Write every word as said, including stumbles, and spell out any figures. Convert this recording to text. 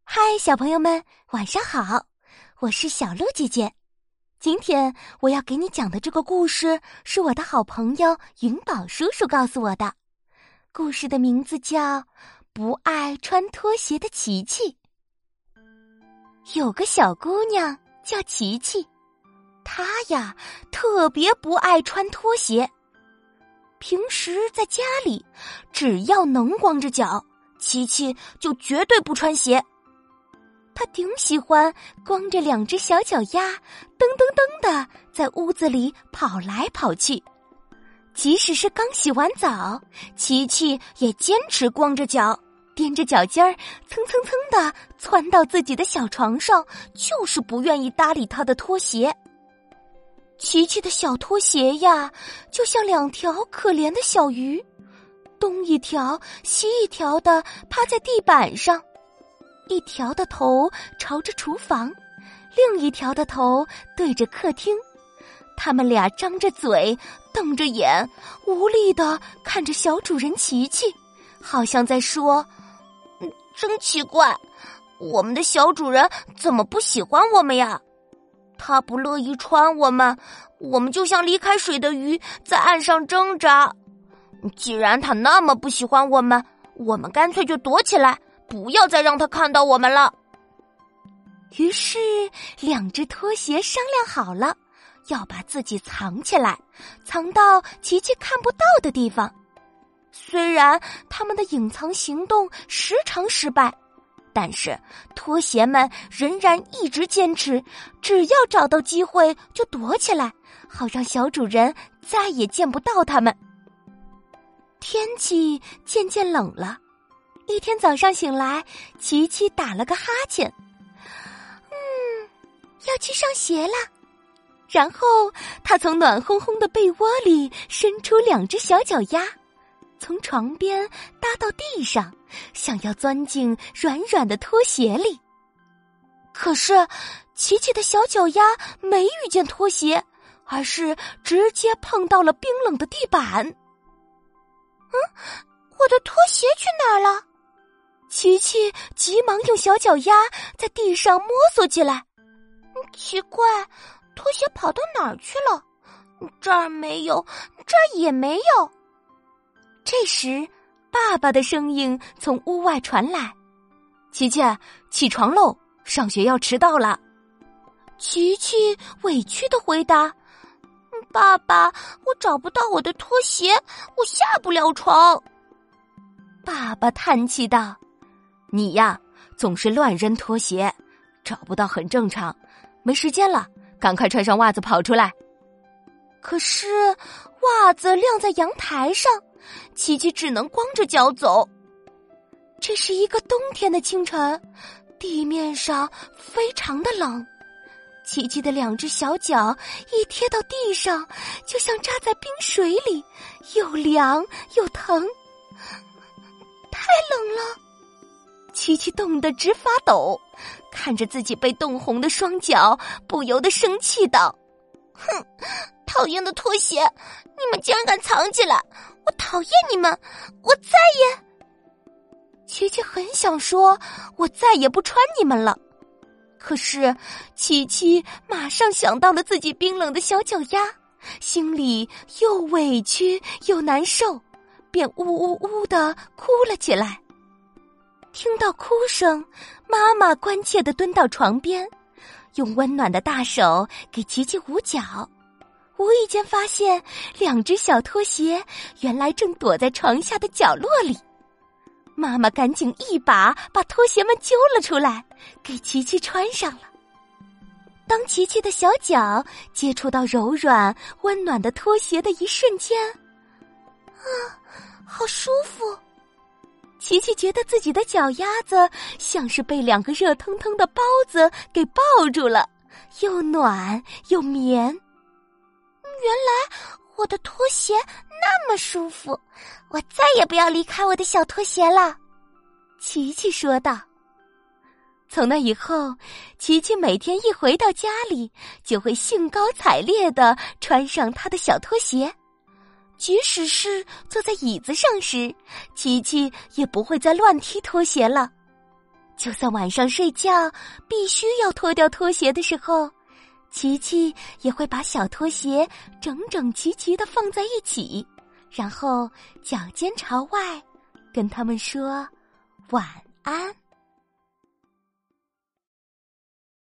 嗨，小朋友们，晚上好！我是小鹿姐姐。今天我要给你讲的这个故事是我的好朋友云宝叔叔告诉我的。故事的名字叫《不爱穿拖鞋的琪琪》。有个小姑娘叫琪琪，她呀特别不爱穿拖鞋。平时在家里，只要能光着脚，琪琪就绝对不穿鞋。他顶喜欢光着两只小脚丫噔噔噔的在屋子里跑来跑去，即使是刚洗完澡，琪琪也坚持光着脚，踮着脚尖儿蹭蹭蹭的窜到自己的小床上，就是不愿意搭理他的拖鞋。琪琪的小拖鞋呀，就像两条可怜的小鱼，东一条西一条的趴在地板上，一条的头朝着厨房，另一条的头对着客厅。他们俩张着嘴，瞪着眼，无力地看着小主人琪琪，好像在说：真奇怪，我们的小主人怎么不喜欢我们呀？他不乐意穿我们，我们就像离开水的鱼，在岸上挣扎。既然他那么不喜欢我们，我们干脆就躲起来，不要再让他看到我们了。于是两只拖鞋商量好了，要把自己藏起来，藏到琪琪看不到的地方。虽然他们的隐藏行动时常失败，但是拖鞋们仍然一直坚持，只要找到机会就躲起来，好让小主人再也见不到他们。天气渐渐冷了，一天早上醒来，琪琪打了个哈欠，嗯，要去上学了。然后他从暖烘烘的被窝里伸出两只小脚丫，从床边搭到地上，想要钻进软软的拖鞋里。可是琪琪的小脚丫没遇见拖鞋，而是直接碰到了冰冷的地板。嗯，我的拖鞋去哪儿了？琪琪急忙用小脚丫在地上摸索起来。奇怪，拖鞋跑到哪儿去了？这儿没有，这儿也没有。这时爸爸的声音从屋外传来：琪琪，起床喽，上学要迟到了。琪琪委屈地回答：爸爸，我找不到我的拖鞋，我下不了床。爸爸叹气道：你呀，总是乱扔拖鞋，找不到很正常，没时间了，赶快穿上袜子跑出来。可是袜子晾在阳台上，琪琪只能光着脚走。这是一个冬天的清晨，地面上非常的冷，琪琪的两只小脚一贴到地上，就像扎在冰水里，又凉又疼，太冷了。琪琪冻得直发抖，看着自己被冻红的双脚，不由得生气道：哼，讨厌的拖鞋，你们竟然敢藏起来，我讨厌你们，我再也……琪琪很想说我再也不穿你们了，可是琪琪马上想到了自己冰冷的小脚丫，心里又委屈又难受，便呜呜呜地哭了起来。听到哭声，妈妈关切地蹲到床边，用温暖的大手给琪琪捂脚，无意间发现两只小拖鞋原来正躲在床下的角落里。妈妈赶紧一把把拖鞋们揪了出来，给琪琪穿上了。当琪琪的小脚接触到柔软温暖的拖鞋的一瞬间，啊，好舒服！琪琪觉得自己的脚丫子像是被两个热腾腾的包子给抱住了，又暖又绵。原来我的拖鞋那么舒服，我再也不要离开我的小拖鞋了，琪琪说道。从那以后，琪琪每天一回到家里，就会兴高采烈地穿上她的小拖鞋。即使是坐在椅子上时，琪琪也不会再乱踢拖鞋了。 就算晚上睡觉必须要脱掉拖鞋的时候，琪琪也会把小拖鞋整整齐齐地放在一起，然后脚尖朝外，跟他们说晚安。